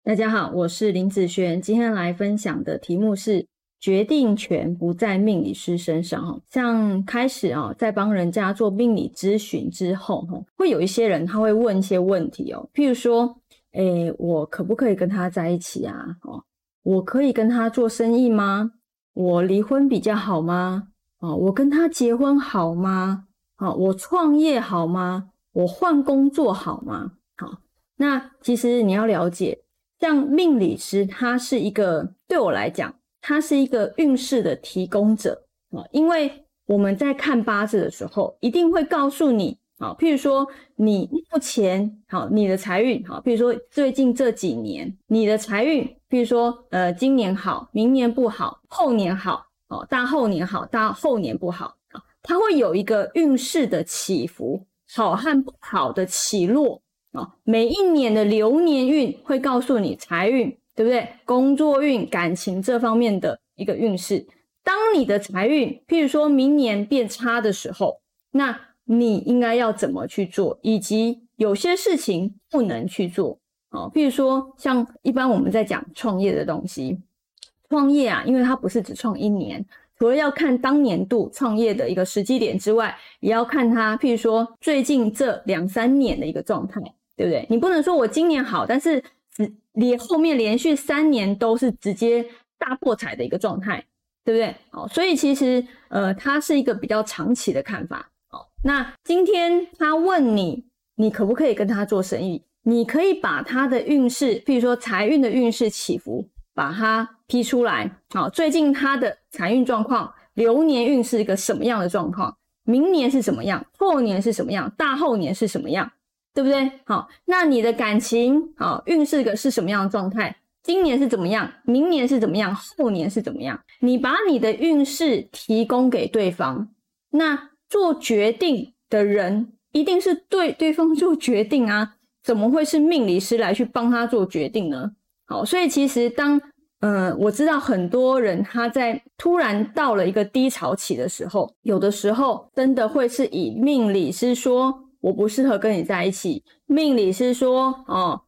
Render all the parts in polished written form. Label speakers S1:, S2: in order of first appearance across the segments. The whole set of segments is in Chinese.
S1: 大家好，我是林子璇，今天来分享的题目是决定权不在命理师身上。像开始在帮人家做命理咨询之后，会有一些人他会问一些问题譬如说我可不可以跟他在一起啊？我可以跟他做生意吗？我离婚比较好吗？我跟他结婚好吗？我创业好吗？我换工作好吗？那其实你要了解，像命理师他是一个，对我来讲他是一个运势的提供者，因为我们在看八字的时候一定会告诉你，譬如说你目前你的财运，譬如说最近这几年你的财运，譬如说今年好，明年不好，后年好，大后年好，大后年不好，它会有一个运势的起伏，好和不好的起落，每一年的流年运会告诉你财运，对不对？工作运、感情这方面的一个运势。当你的财运譬如说明年变差的时候，那你应该要怎么去做，以及有些事情不能去做。譬如说像一般我们在讲创业的东西，创业因为它不是只创一年，除了要看当年度创业的一个时机点之外，也要看它譬如说最近这2-3年的一个状态，对不对？你不能说我今年好，但是后面连续3年都是直接大破财的一个状态，对不对？所以其实它是一个比较长期的看法。那今天他问你，你可不可以跟他做生意？你可以把他的运势，譬如说财运的运势起伏，把它批出来。最近他的财运状况，流年运是一个什么样的状况？明年是什么样？后年是什么样？大后年是什么样？对不对？那你的感情运势是什么样的状态？今年是怎么样？明年是怎么样？后年是怎么样？你把你的运势提供给对方，那做决定的人一定是对方做决定啊，怎么会是命理师来去帮他做决定呢？所以其实当我知道很多人他在突然到了一个低潮期的时候，有的时候真的会是以命理师说我不适合跟你在一起，命理师说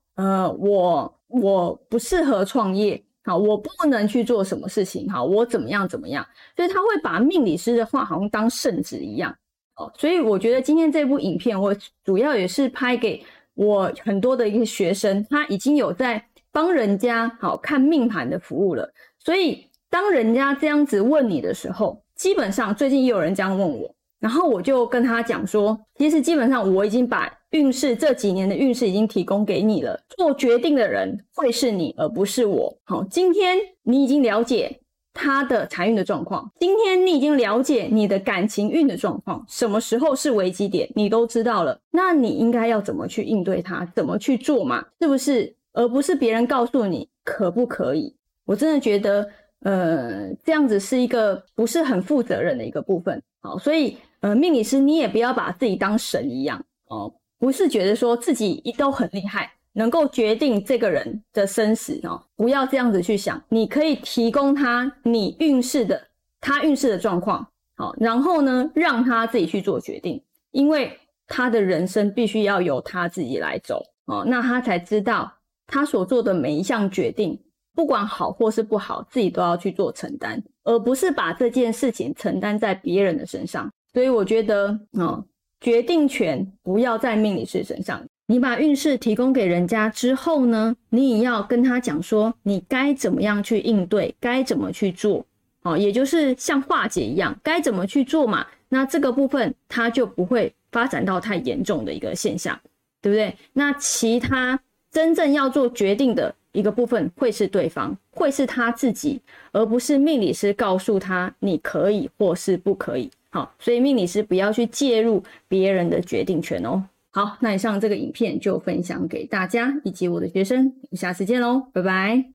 S1: 我不适合创业，我不能去做什么事情，我怎么样怎么样，所以他会把命理师的话好像当圣旨一样。所以我觉得今天这部影片我主要也是拍给我很多的一个学生，他已经有在帮人家看命盘的服务了，所以当人家这样子问你的时候，基本上最近也有人这样问我，然后我就跟他讲说，其实基本上我已经把运势这几年的运势已经提供给你了，做决定的人会是你而不是我。今天你已经了解他的财运的状况，今天你已经了解你的感情运的状况，什么时候是危机点你都知道了，那你应该要怎么去应对它，怎么去做嘛，是不是？而不是别人告诉你可不可以。我真的觉得这样子是一个不是很负责任的一个部分。所以命理师你也不要把自己当神一样，不是觉得说自己都很厉害，能够决定这个人的生死，不要这样子去想。你可以提供他你他运势的状况，然后呢让他自己去做决定，因为他的人生必须要由他自己来走，那他才知道他所做的每一项决定不管好或是不好，自己都要去做承担，而不是把这件事情承担在别人的身上。所以我觉得决定权不要在命理师身上。你把运势提供给人家之后呢，你也要跟他讲说你该怎么样去应对，该怎么去做，也就是像化解一样，该怎么去做嘛，那这个部分它就不会发展到太严重的一个现象，对不对？那其他真正要做决定的一个部分会是对方，会是他自己，而不是命理师告诉他你可以或是不可以。所以命理师不要去介入别人的决定权哦。好，那以上这个影片就分享给大家以及我的学生，下次见咯，拜拜。